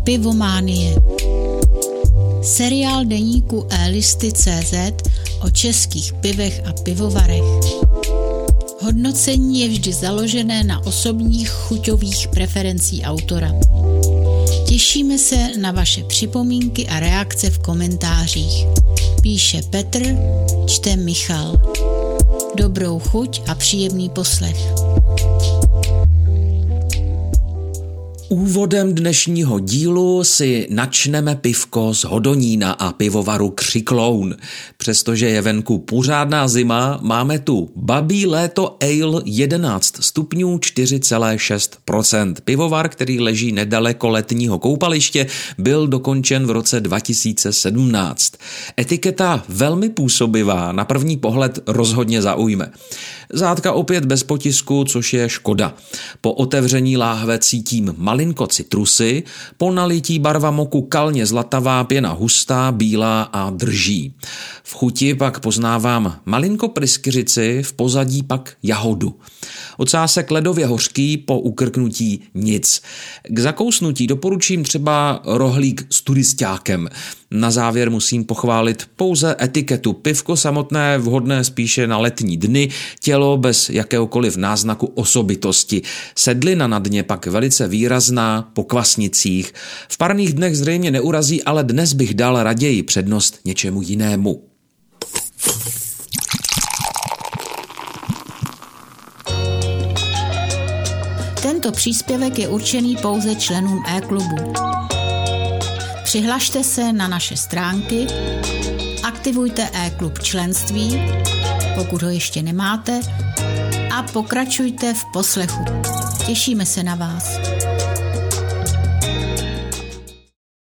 Pivománie. Seriál deníku elisty.cz o českých pivech a pivovarech. Hodnocení je vždy založené na osobních chuťových preferencí autora. Těšíme se na vaše připomínky a reakce v komentářích. Píše Petr, čte Michal. Dobrou chuť a příjemný poslech. Úvodem dnešního dílu si načneme pivko z Hodonína a pivovaru Křikloun. Přestože je venku pořádná zima, máme tu Babí léto ale 11 stupňů 4,6%. Pivovar, který leží nedaleko letního koupaliště, byl dokončen v roce 2017. Etiketa velmi působivá, na první pohled rozhodně zaujme. Zátka opět bez potisku, což je škoda. Po otevření láhve cítím malinko citrusy, po nalití barva moku kalně zlatavá, pěna hustá, bílá a drží. V chuti pak poznávám malinko pryskyřici, v pozadí pak jahodu. Ocásek ledově hořký, po ukrknutí nic. K zakousnutí doporučím třeba rohlík s turistákem. Na závěr musím pochválit pouze etiketu. Pivko samotné vhodné spíše na letní dny, tělo bez jakéhokoliv náznaku osobitosti. Sedlina na dně pak velice výrazná, po kvasnicích. V parných dnech zřejmě neurazí, ale dnes bych dal raději přednost něčemu jinému. Tento příspěvek je určený pouze členům e-klubu. Přihlašte se na naše stránky, aktivujte e-klub členství, pokud ho ještě nemáte, a pokračujte v poslechu. Těšíme se na vás.